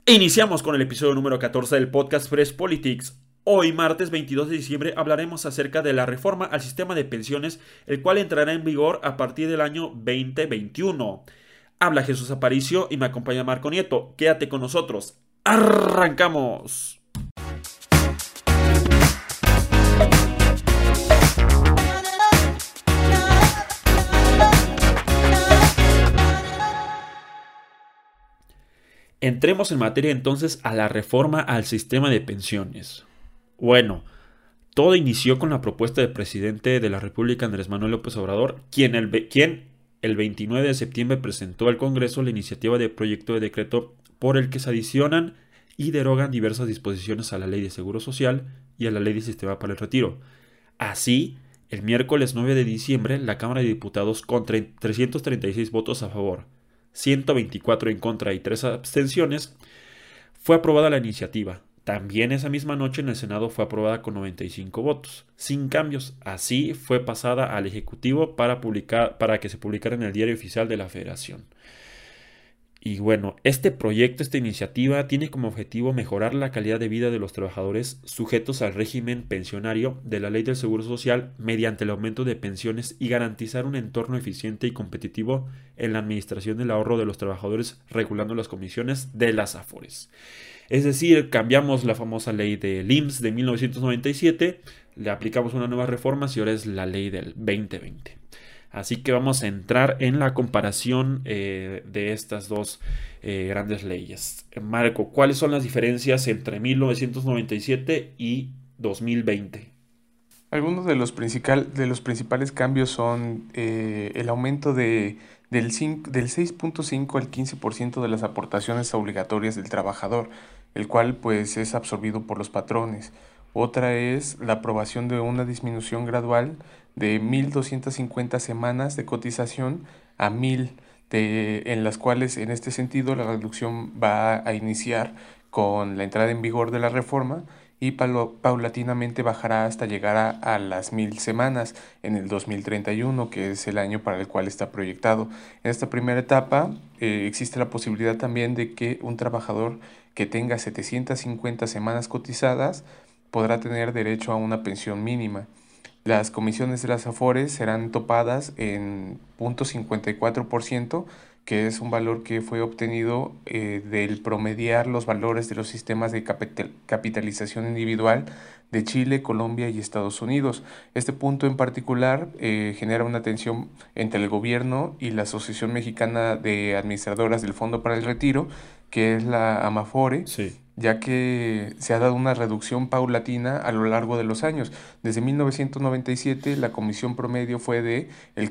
Iniciamos con el episodio número 14 del podcast Fresh Politics. Hoy, martes 22 de diciembre, hablaremos acerca de la reforma al sistema de pensiones, el cual entrará en vigor a partir del año 2021. Habla Jesús Aparicio y me acompaña Marco Nieto. Quédate con nosotros. ¡Arrancamos! Entremos en materia entonces a la reforma al sistema de pensiones. Bueno, todo inició con la propuesta del presidente de la República, Andrés Manuel López Obrador, quien el 29 de septiembre presentó al Congreso la iniciativa de proyecto de decreto por el que se adicionan y derogan diversas disposiciones a la Ley de Seguro Social y a la Ley de Sistema para el Retiro. Así, el miércoles 9 de diciembre, la Cámara de Diputados, con 336 votos a favor, 124 en contra y 3 abstenciones, fue aprobada la iniciativa. También esa misma noche en el Senado fue aprobada con 95 votos, sin cambios. Así fue pasada al Ejecutivo para que se publicara en el Diario Oficial de la Federación. Y bueno, este proyecto, esta iniciativa, tiene como objetivo mejorar la calidad de vida de los trabajadores sujetos al régimen pensionario de la Ley del Seguro Social mediante el aumento de pensiones y garantizar un entorno eficiente y competitivo en la administración del ahorro de los trabajadores, regulando las comisiones de las AFORES. Es decir, cambiamos la famosa ley del IMSS de 1997, le aplicamos una nueva reforma y ahora es la ley del 2020. Así que vamos a entrar en la comparación de estas dos grandes leyes. Marco, ¿cuáles son las diferencias entre 1997 y 2020? Algunos de los principales cambios son el aumento del 6.5 al 15% de las aportaciones obligatorias del trabajador, el cual pues es absorbido por los patrones. Otra es la aprobación de una disminución gradual de 1.250 semanas de cotización a 1.000, en las cuales en este sentido la reducción va a iniciar con la entrada en vigor de la reforma y paulatinamente bajará hasta llegar a las 1.000 semanas en el 2031, que es el año para el cual está proyectado. En esta primera etapa existe la posibilidad también de que un trabajador que tenga 750 semanas cotizadas podrá tener derecho a una pensión mínima. Las comisiones de las AFORES serán topadas en 0.54%, que es un valor que fue obtenido del promediar los valores de los sistemas de capitalización individual de Chile, Colombia y Estados Unidos. Este punto en particular genera una tensión entre el gobierno y la Asociación Mexicana de Administradoras del Fondo para el Retiro, que es la AMAFORE, Sí. ya que se ha dado una reducción paulatina a lo largo de los años. Desde 1997 la comisión promedio fue de el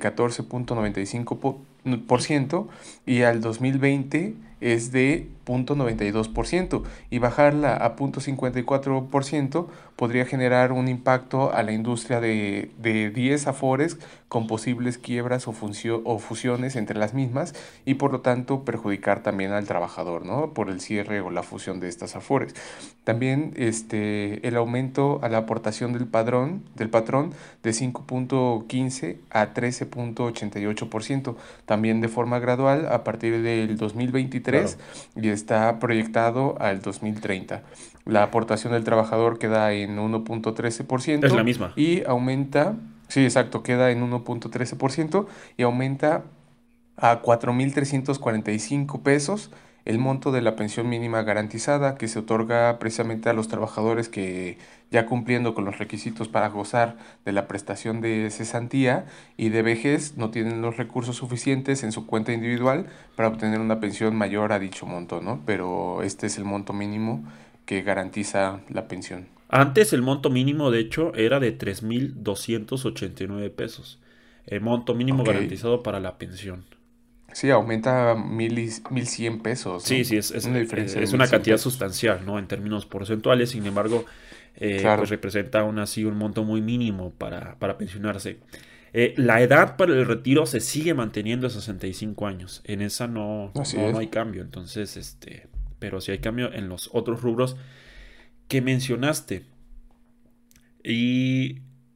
14.95% y al 2020 es de 0.92%, y bajarla a 0.54% podría generar un impacto a la industria de 10 afores con posibles quiebras o fusiones entre las mismas, y por lo tanto perjudicar también al trabajador, ¿no?, por el cierre o la fusión de estas afores. También el aumento a la aportación del patrón de 5.15 a 13.88%, también de forma gradual a partir del 2023, Claro. y está proyectado al 2030. La aportación del trabajador queda en Es la 1.13% misma. y aumenta, sí, exacto, queda en 1.13% y aumenta a 4.345 pesos el monto de la pensión mínima garantizada, que se otorga precisamente a los trabajadores que, ya cumpliendo con los requisitos para gozar de la prestación de cesantía y de vejez, no tienen los recursos suficientes en su cuenta individual para obtener una pensión mayor a dicho monto, ¿no? Pero este es el monto mínimo que garantiza la pensión. Antes el monto mínimo, de hecho, era de 3,289 pesos. El monto mínimo Ok. garantizado para la pensión. Sí, aumenta a 1.100 pesos, Sí, ¿no? sí, es, Una diferencia de es mil una cien cantidad pesos. sustancial, ¿no? En términos porcentuales, sin embargo, pues Claro, representa aún así un monto muy mínimo para pensionarse. La edad para el retiro se sigue manteniendo a 65 años. En esa así no es. hay cambio. Entonces, pero sí hay cambio en los otros rubros que mencionaste. Y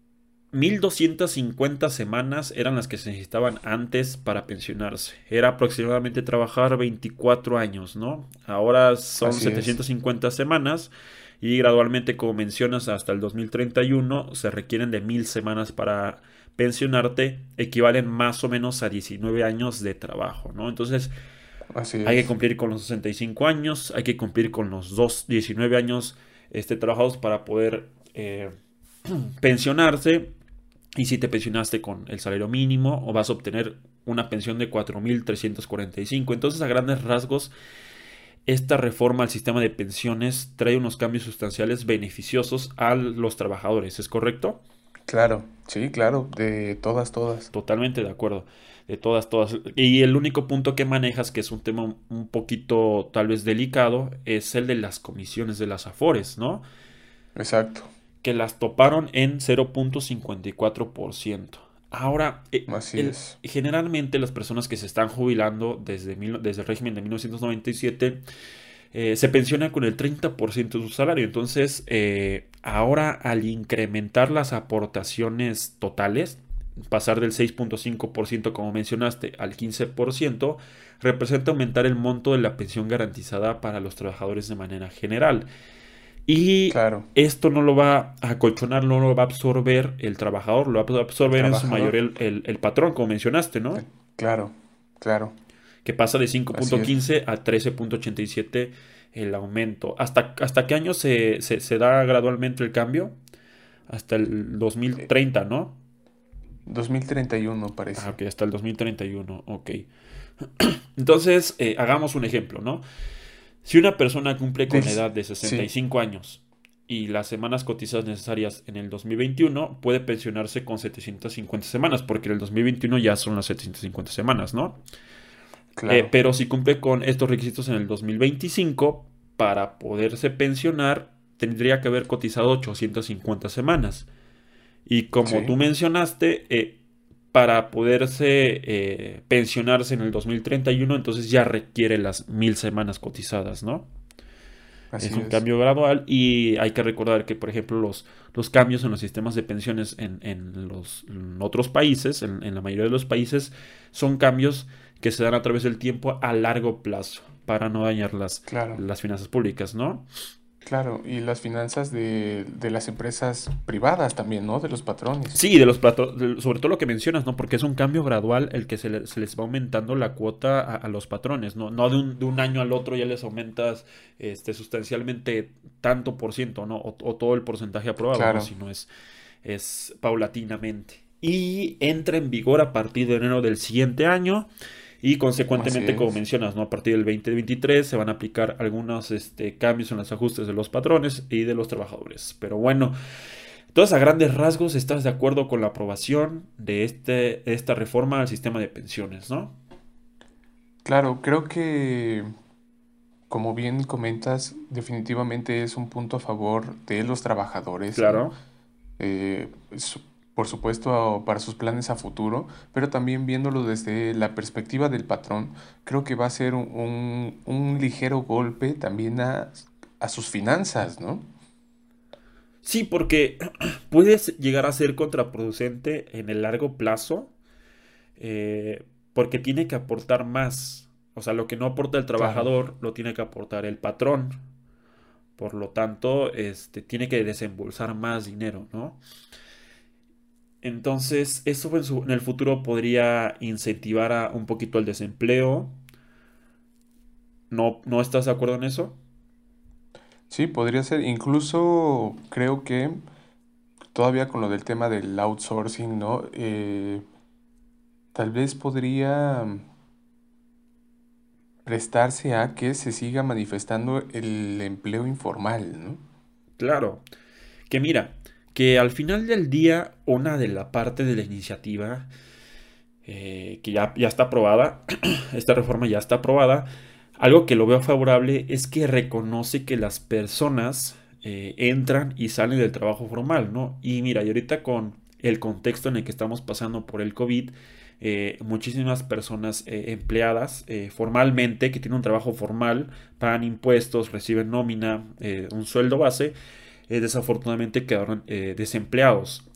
1250 semanas eran las que se necesitaban antes para pensionarse. Era aproximadamente trabajar 24 años, ¿no? Ahora son Así es. 750 semanas y gradualmente, como mencionas, hasta el 2031 se requieren de 1000 semanas para pensionarte, equivalen más o menos a 19 años de trabajo, ¿no? Entonces, Así hay que es. cumplir con los 65 años, hay que cumplir con los 19 años trabajados para poder pensionarse. Y si te pensionaste con el salario mínimo, o vas a obtener una pensión de 4.345. Entonces, a grandes rasgos, esta reforma al sistema de pensiones trae unos cambios sustanciales beneficiosos a los trabajadores, ¿es correcto? Claro, sí, claro, de todas, todas. Totalmente de acuerdo. De todas, todas. Y el único punto que manejas, que es un tema un poquito tal vez delicado, es el de las comisiones de las Afores, ¿no? Exacto. Que las toparon en 0.54%. Ahora, Así es. generalmente las personas que se están jubilando desde el régimen de 1997 se pensionan con el 30% de su salario. Entonces, ahora al incrementar las aportaciones totales, pasar del 6.5% como mencionaste al 15%, representa aumentar el monto de la pensión garantizada para los trabajadores de manera general. Y Claro. esto no lo va a acolchonar, no lo va a absorber el trabajador, lo va a El absorber en su trabajador. mayoría el patrón, como mencionaste, ¿no? Claro, claro. Que pasa de Así es. 5.15 a 13.87 el aumento. ¿Hasta qué año se da gradualmente el cambio? Hasta el Eh, 2030, ¿no? 2031 Ah, parece. ok, hasta el 2031, ok. Entonces, hagamos un ejemplo, ¿no? Si una persona cumple con Del, la edad de sesenta y sí, cinco años y las semanas cotizadas necesarias en el 2021, puede pensionarse con 750 semanas, porque en el 2021 ya son las 750 semanas, ¿no? claro. Pero si cumple con estos requisitos en el 2025, para poderse pensionar, tendría que haber cotizado 850 semanas. Y como tú Sí, mencionaste, para poderse pensionarse en el 2031, entonces ya requiere las 1000 semanas cotizadas, ¿no? Es así un es. cambio gradual y hay que recordar que, por ejemplo, los cambios en los sistemas de pensiones en otros países, en la mayoría de los países, son cambios que se dan a través del tiempo a largo plazo para no dañar Claro, las finanzas públicas, ¿no? claro. Y las finanzas de las empresas privadas también, ¿no? De los patrones. Sí, sobre todo lo que mencionas, ¿no? Porque es un cambio gradual el que se les va aumentando la cuota a los patrones, ¿no? No de un año al otro ya les aumentas sustancialmente tanto por ciento, ¿no? O todo el porcentaje aprobado, ¿no? Claro, Sino es paulatinamente. Y entra en vigor a partir de enero del siguiente año. Y así consecuentemente, como es. mencionas, ¿no? A partir del 2023 se van a aplicar algunos cambios en los ajustes de los patrones y de los trabajadores. Pero bueno. Entonces, a grandes rasgos, ¿estás de acuerdo con la aprobación de esta reforma al sistema de pensiones, no? Claro, creo que, como bien comentas, definitivamente es un punto a favor de los trabajadores, ¿no? Claro. Su- por supuesto, para sus planes a futuro, pero también viéndolo desde la perspectiva del patrón, creo que va a ser un ligero golpe también a sus finanzas, ¿no? Sí, porque puedes llegar a ser contraproducente en el largo plazo, porque tiene que aportar más. O sea, lo que no aporta el Claro, trabajador lo tiene que aportar el patrón. Por lo tanto, tiene que desembolsar más dinero, ¿no? Entonces, eso en el futuro podría incentivar a un poquito el desempleo. ¿No estás de acuerdo en eso? sí, podría ser. Incluso creo que todavía con lo del tema del outsourcing, ¿no? Tal vez podría prestarse a que se siga manifestando el empleo informal, ¿no? Claro. Que mira, que al final del día, una de la parte de la iniciativa que ya está aprobada, esta reforma ya está aprobada, algo que lo veo favorable es que reconoce que las personas entran y salen del trabajo formal, ¿no? Y mira, y ahorita con el contexto en el que estamos pasando por el COVID, muchísimas personas empleadas formalmente, que tienen un trabajo formal, pagan impuestos, reciben nómina, un sueldo base, desafortunadamente quedaron desempleados.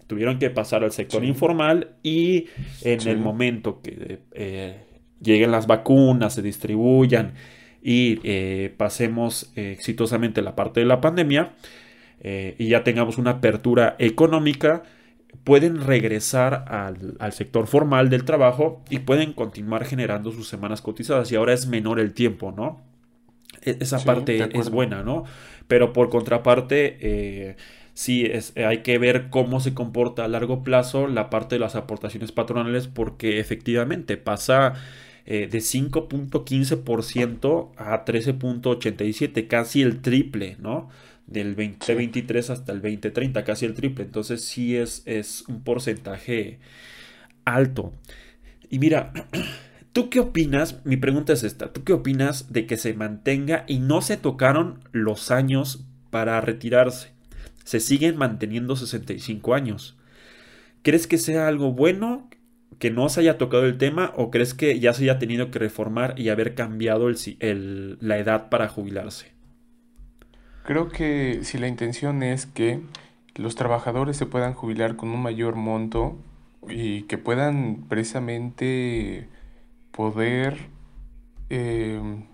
Tuvieron que pasar al sector Sí, informal y en el sí, momento que lleguen las vacunas, se distribuyan y pasemos exitosamente la parte de la pandemia y ya tengamos una apertura económica, pueden regresar al sector formal del trabajo y pueden continuar generando sus semanas cotizadas y ahora es menor el tiempo, ¿no? Esa sí, de parte es acuerdo. buena, ¿no? Pero por contraparte, sí hay que ver cómo se comporta a largo plazo la parte de las aportaciones patronales porque efectivamente pasa de 5.15% a 13.87, casi el triple, ¿no? Del Sí. 2023 hasta el 2030, casi el triple. Entonces sí es un porcentaje alto. Y mira, ¿tú qué opinas? Mi pregunta es esta. ¿Tú qué opinas de que se mantenga y no se tocaron los años para retirarse? Se siguen manteniendo 65 años. ¿Crees que sea algo bueno que no se haya tocado el tema o crees que ya se haya tenido que reformar y haber cambiado la edad para jubilarse? Creo que si la intención es que los trabajadores se puedan jubilar con un mayor monto y que puedan precisamente poder, em,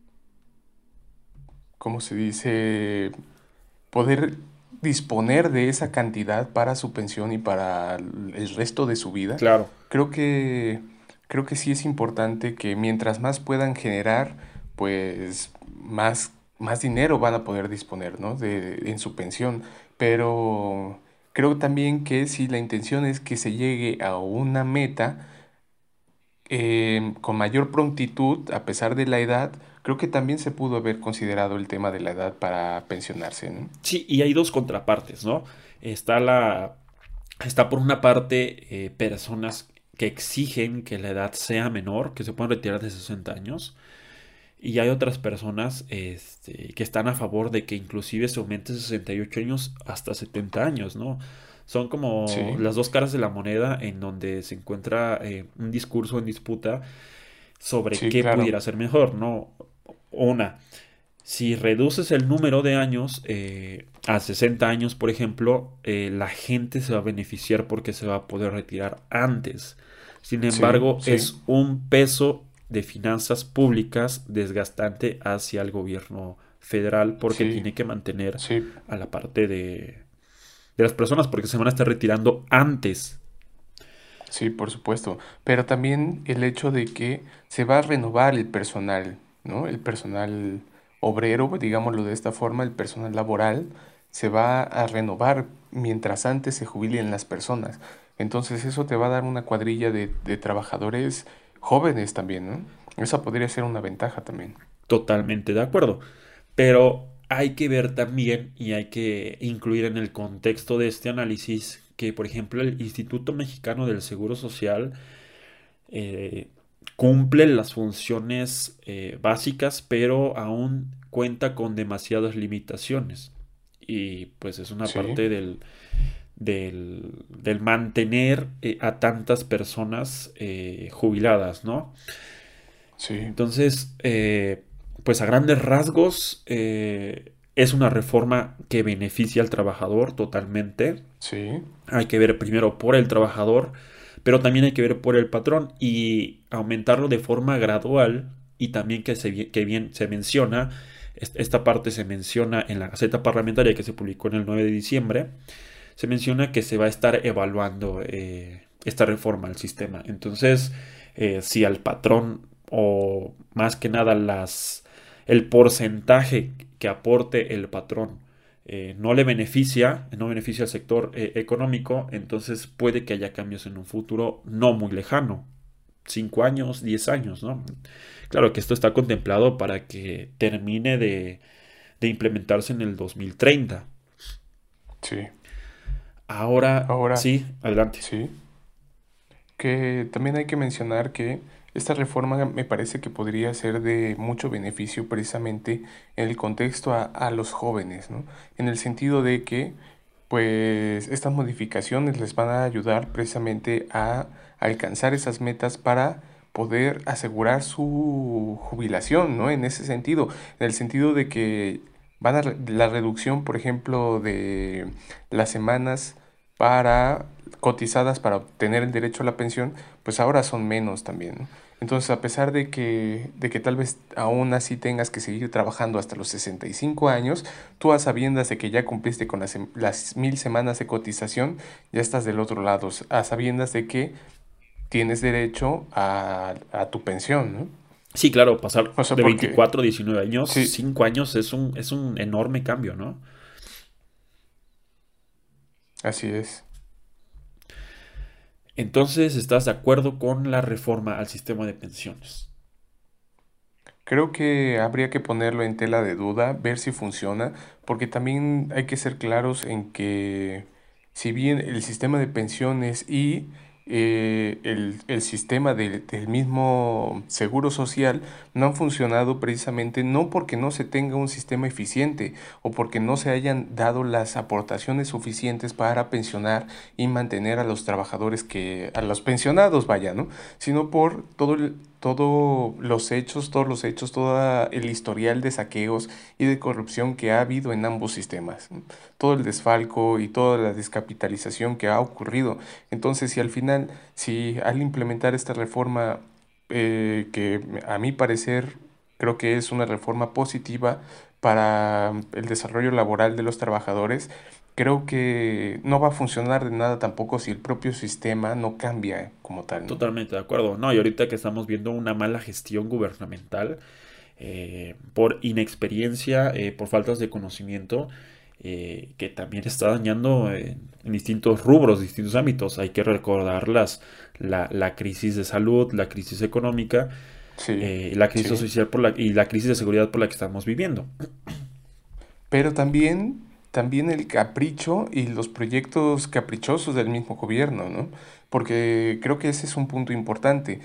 ¿cómo se dice? Poder disponer de esa cantidad para su pensión y para el resto de su vida, Claro, creo que, creo que sí es importante que mientras más puedan generar, pues más dinero van a poder disponer, ¿no? En su pensión. Pero creo también que si la intención es que se llegue a una meta, con mayor prontitud, a pesar de la edad, creo que también se pudo haber considerado el tema de la edad para pensionarse, ¿no? sí, y hay dos contrapartes, ¿no? Está está por una parte personas que exigen que la edad sea menor, que se puedan retirar de 60 años. Y hay otras personas que están a favor de que inclusive se aumente 68 años hasta 70 años, ¿no? Son como Sí, las dos caras de la moneda en donde se encuentra un discurso en disputa sobre sí, qué claro. pudiera ser mejor, ¿no? Una, si reduces el número de años a 60 años, por ejemplo, la gente se va a beneficiar porque se va a poder retirar antes. Sin Sí, embargo, sí, es un peso de finanzas públicas desgastante hacia el gobierno federal porque sí, tiene que mantener sí, a la parte de las personas porque se van a estar retirando antes. sí, por supuesto. Pero también el hecho de que se va a renovar el personal, ¿no? El personal obrero, digámoslo de esta forma, el personal laboral se va a renovar mientras antes se jubilen las personas. Entonces eso te va a dar una cuadrilla de trabajadores jóvenes también, ¿no? Esa podría ser una ventaja también. Totalmente de acuerdo. Pero hay que ver también y hay que incluir en el contexto de este análisis que, por ejemplo, el Instituto Mexicano del Seguro Social eh, cumple las funciones básicas, pero aún cuenta con demasiadas limitaciones. Y pues es una Sí, parte del mantener a tantas personas jubiladas, ¿no? sí, Entonces, pues a grandes rasgos, es una reforma que beneficia al trabajador totalmente. sí, Hay que ver primero por el trabajador, pero también hay que ver por el patrón y aumentarlo de forma gradual y también que bien se menciona, esta parte se menciona en la Gaceta Parlamentaria que se publicó en el 9 de diciembre, se menciona que se va a estar evaluando esta reforma al sistema. Entonces, si al patrón o más que nada el porcentaje que aporte el patrón no le beneficia, no beneficia al sector económico, entonces puede que haya cambios en un futuro no muy lejano, 5 años, 10 años, ¿no? Claro que esto está contemplado para que termine de implementarse en el 2030. sí. Ahora, Ahora, sí, adelante. sí. Que también hay que mencionar que esta reforma me parece que podría ser de mucho beneficio precisamente en el contexto a los jóvenes, ¿no? En el sentido de que, pues, estas modificaciones les van a ayudar precisamente a alcanzar esas metas para poder asegurar su jubilación, ¿no? En ese sentido, en el sentido de que la reducción, por ejemplo, de las semanas para cotizadas para obtener el derecho a la pensión, pues ahora son menos también, ¿no? Entonces, a pesar de que tal vez aún así tengas que seguir trabajando hasta los 65 años, tú a sabiendas de que ya cumpliste con las 1000 semanas de cotización, ya estás del otro lado, a sabiendas de que tienes derecho a tu pensión, ¿no? Sí, claro, pasar O sea, de porque 24 a 19 años, sí, 5 años es un enorme cambio, ¿no? así es. Entonces, ¿estás de acuerdo con la reforma al sistema de pensiones? Creo que habría que ponerlo en tela de duda, ver si funciona, porque también hay que ser claros en que si bien el sistema de pensiones y el sistema del mismo seguro social no han funcionado precisamente no porque no se tenga un sistema eficiente o porque no se hayan dado las aportaciones suficientes para pensionar y mantener a los trabajadores a los pensionados, vaya, ¿no? Sino por todos los hechos, todo el historial de saqueos y de corrupción que ha habido en ambos sistemas, ¿no? Todo el desfalco y toda la descapitalización que ha ocurrido. Entonces, si al implementar esta reforma, que a mi parecer creo que es una reforma positiva para el desarrollo laboral de los trabajadores, creo que no va a funcionar de nada tampoco si el propio sistema no cambia como tal, ¿no? Totalmente de acuerdo. No, y ahorita que estamos viendo una mala gestión gubernamental, por inexperiencia, por faltas de conocimiento, que también está dañando en distintos rubros, distintos ámbitos. Hay que recordar la crisis de salud, la crisis económica, Sí, la crisis sí. social y la crisis de seguridad por la que estamos viviendo. Pero también el capricho y los proyectos caprichosos del mismo gobierno, ¿no? Porque creo que ese es un punto importante.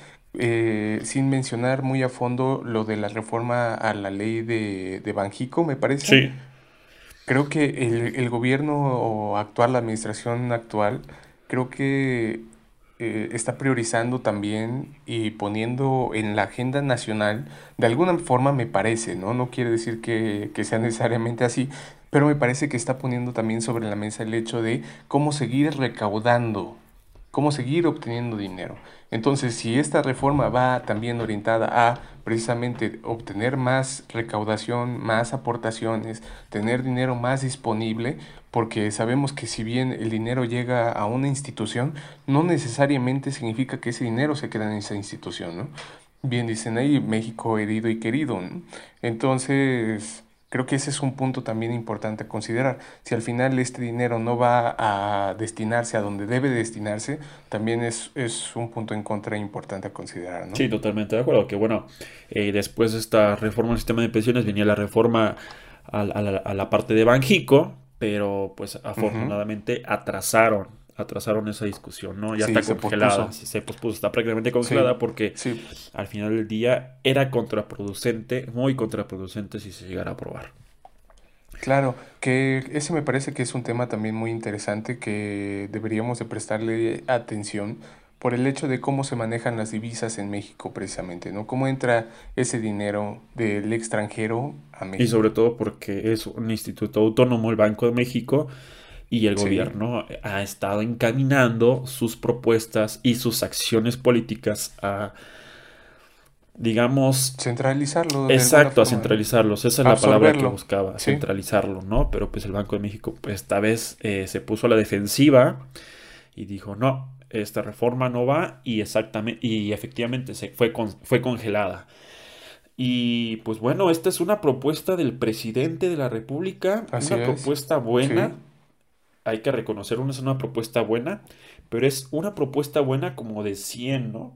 Sin mencionar muy a fondo lo de la reforma a la ley de Banjico, me parece. Sí, Creo que el gobierno actual, la administración actual, creo que está priorizando también y poniendo en la agenda nacional, de alguna forma me parece, ¿no? No quiere decir que sea necesariamente así, pero me parece que está poniendo también sobre la mesa el hecho de cómo seguir recaudando, cómo seguir obteniendo dinero. Entonces, si esta reforma va también orientada a precisamente obtener más recaudación, más aportaciones, tener dinero más disponible, porque sabemos que si bien el dinero llega a una institución, no necesariamente significa que ese dinero se queda en esa institución, ¿no? Bien dicen ahí, México herido y querido, ¿no? Entonces, creo que ese es un punto también importante a considerar. Si al final este dinero no va a destinarse a donde debe destinarse, también es un punto en contra importante a considerar, ¿no? sí, totalmente de acuerdo. Que bueno, después de esta reforma al sistema de pensiones venía la reforma a la parte de Banjico, pero pues Ujú. afortunadamente atrasaron esa discusión, ¿no? Ya Sí, está se congelada, pospuso. sí se pospuso, está prácticamente Sí, congelada porque sí. al final del día era contraproducente, muy contraproducente si se llegara a aprobar. Claro, que ese me parece que es un tema también muy interesante que deberíamos de prestarle atención por el hecho de cómo se manejan las divisas en México precisamente, ¿no? Cómo entra ese dinero del extranjero a Y sobre México. todo porque es un instituto autónomo, el Banco de México, y el Sí, gobierno ha estado encaminando sus propuestas y sus acciones políticas a, digamos, centralizarlo de alguna exacto, a forma, ¿no? centralizarlos. Esa es la palabra que Absorberlo, buscaba, sí, centralizarlo, ¿no? Pero pues el Banco de México pues, esta vez se puso a la defensiva y dijo, no, esta reforma no va y exactamente y efectivamente fue congelada. Y pues bueno, esta es una propuesta del presidente de la República, así una es, propuesta buena, sí, hay que reconocer, una es una propuesta buena, pero es una propuesta buena como de 100, ¿no?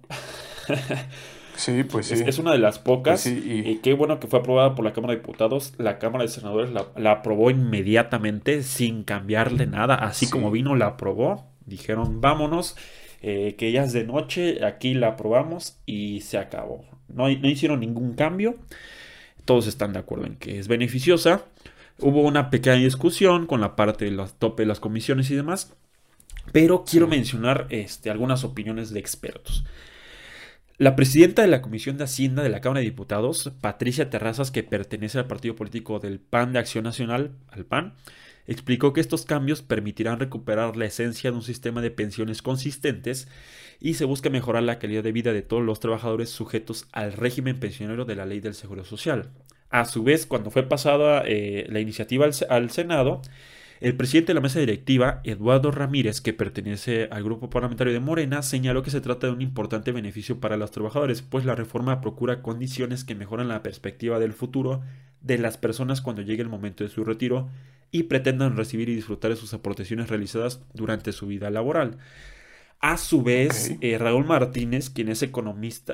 sí, pues sí, Es una de las pues sí, pocas. y Qué bueno que fue aprobada por la Cámara de Diputados. La Cámara de Senadores la aprobó inmediatamente sin cambiarle nada. Así como sí, vino, la aprobó. Dijeron, vámonos, que ya es de noche, aquí la aprobamos y se acabó. No, no hicieron ningún cambio. Todos están de acuerdo en que es beneficiosa. Hubo una pequeña discusión con la parte de los tope de las comisiones y demás. Pero quiero sí, mencionar algunas opiniones de expertos. La presidenta de la Comisión de Hacienda de la Cámara de Diputados, Patricia Terrazas, que pertenece al partido político del PAN de Acción Nacional, al PAN, explicó que estos cambios permitirán recuperar la esencia de un sistema de pensiones consistentes y se busca mejorar la calidad de vida de todos los trabajadores sujetos al régimen pensionero de la Ley del Seguro Social. A su vez, cuando fue pasada la iniciativa al Senado, el presidente de la mesa directiva, Eduardo Ramírez, que pertenece al grupo parlamentario de Morena, señaló que se trata de un importante beneficio para los trabajadores, pues la reforma procura condiciones que mejoran la perspectiva del futuro de las personas cuando llegue el momento de su retiro y pretendan recibir y disfrutar de sus aportaciones realizadas durante su vida laboral. A su vez, Ok. Raúl Martínez, quien es economista,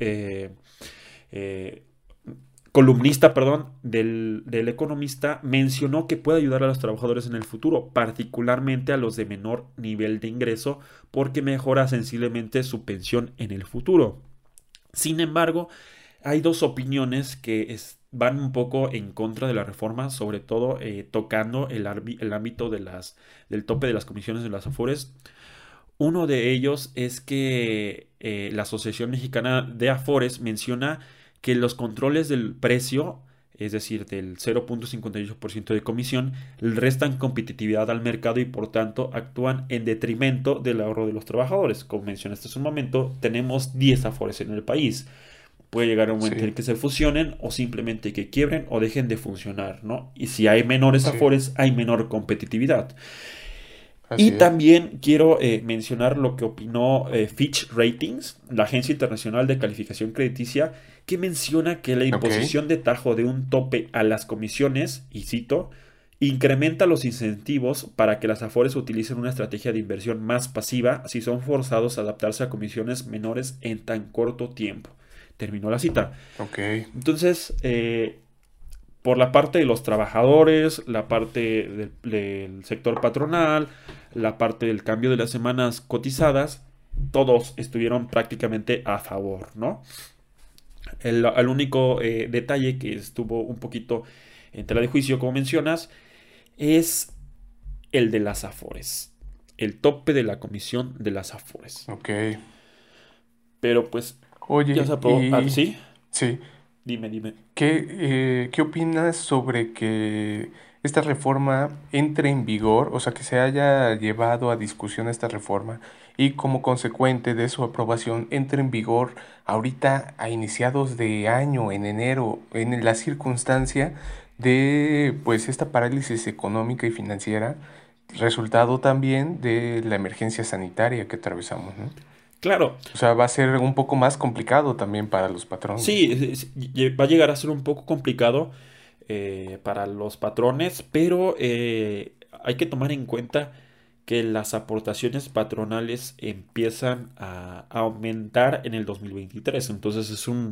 eh, columnista, perdón, del Economista, mencionó que puede ayudar a los trabajadores en el futuro, particularmente a los de menor nivel de ingreso, porque mejora sensiblemente su pensión en el futuro. Sin embargo, hay dos opiniones que van un poco en contra de la reforma, sobre todo tocando el ámbito del tope de las comisiones de las Afores. Uno de ellos es que la Asociación Mexicana de Afores menciona que los controles del precio, es decir, del 0.58% de comisión, restan competitividad al mercado y por tanto actúan en detrimento del ahorro de los trabajadores. Como mencionaste hace un momento, tenemos 10 Afores en el país. Puede llegar a un momento en Sí, el que se fusionen o simplemente que quiebren o dejen de funcionar, ¿no? Y si hay menores sí, Afores, hay menor competitividad. Y así es. también quiero mencionar lo que opinó Fitch Ratings, la agencia internacional de calificación crediticia, que menciona que la Ok, imposición de tajo de un tope a las comisiones, y cito, incrementa los incentivos para que las Afores utilicen una estrategia de inversión más pasiva si son forzados a adaptarse a comisiones menores en tan corto tiempo. Terminó la cita. ok, Entonces, por la parte de los trabajadores, la parte del sector patronal, la parte del cambio de las semanas cotizadas, todos estuvieron prácticamente a favor, ¿no? El único detalle que estuvo un poquito en tela de juicio, como mencionas, es el de las Afores, el tope de la comisión de las Afores. ok. Pero pues ya se Oye, aprobó. Ah, y ¿sí? sí, Dime, dime. ¿qué opinas sobre que esta reforma entre en vigor, o sea, que se haya llevado a discusión esta reforma y como consecuente de su aprobación entre en vigor ahorita a iniciados de año, en enero, en la circunstancia de pues esta parálisis económica y financiera, resultado también de la emergencia sanitaria que atravesamos, ¿no? Claro, O sea, va a ser un poco más complicado también para los patrones. sí, va a llegar a ser un poco complicado para los patrones, pero hay que tomar en cuenta que las aportaciones patronales empiezan a aumentar en el 2023. Entonces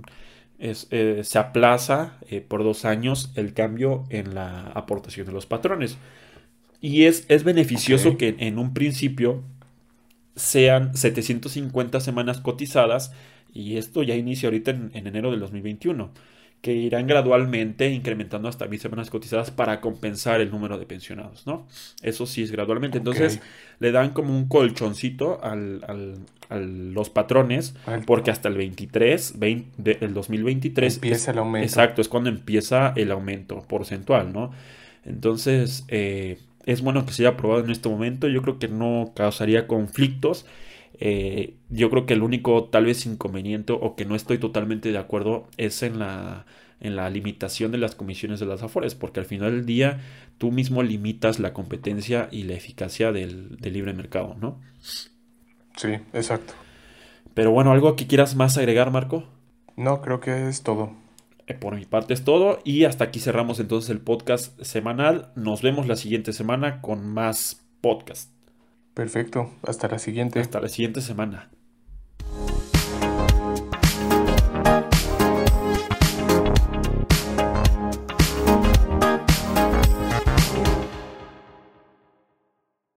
se aplaza por 2 años el cambio en la aportación de los patrones. Y es Ok, beneficioso que en un principio sean 750 semanas cotizadas y esto ya inicia ahorita en enero del 2021, que irán gradualmente incrementando hasta 1.000 semanas cotizadas para compensar el número de pensionados, ¿no? Eso sí es gradualmente. ok. Entonces le dan como un colchoncito a los patrones Al- porque hasta el 23, el 2023 Empieza el aumento. exacto, es cuando empieza el aumento porcentual, ¿no? Entonces, es bueno que se haya aprobado en este momento. Yo creo que no causaría conflictos. Yo creo que el único tal vez inconveniente o que no estoy totalmente de acuerdo es en la limitación de las comisiones de las Afores, porque al final del día tú mismo limitas la competencia y la eficacia del libre mercado, ¿no? Sí, exacto. Pero bueno, algo que quieras más agregar, Marco. No, creo que es todo. Por mi parte es todo y hasta aquí cerramos entonces el podcast semanal. Nos vemos la siguiente semana con más podcast. Perfecto. Hasta la siguiente. Hasta la siguiente semana.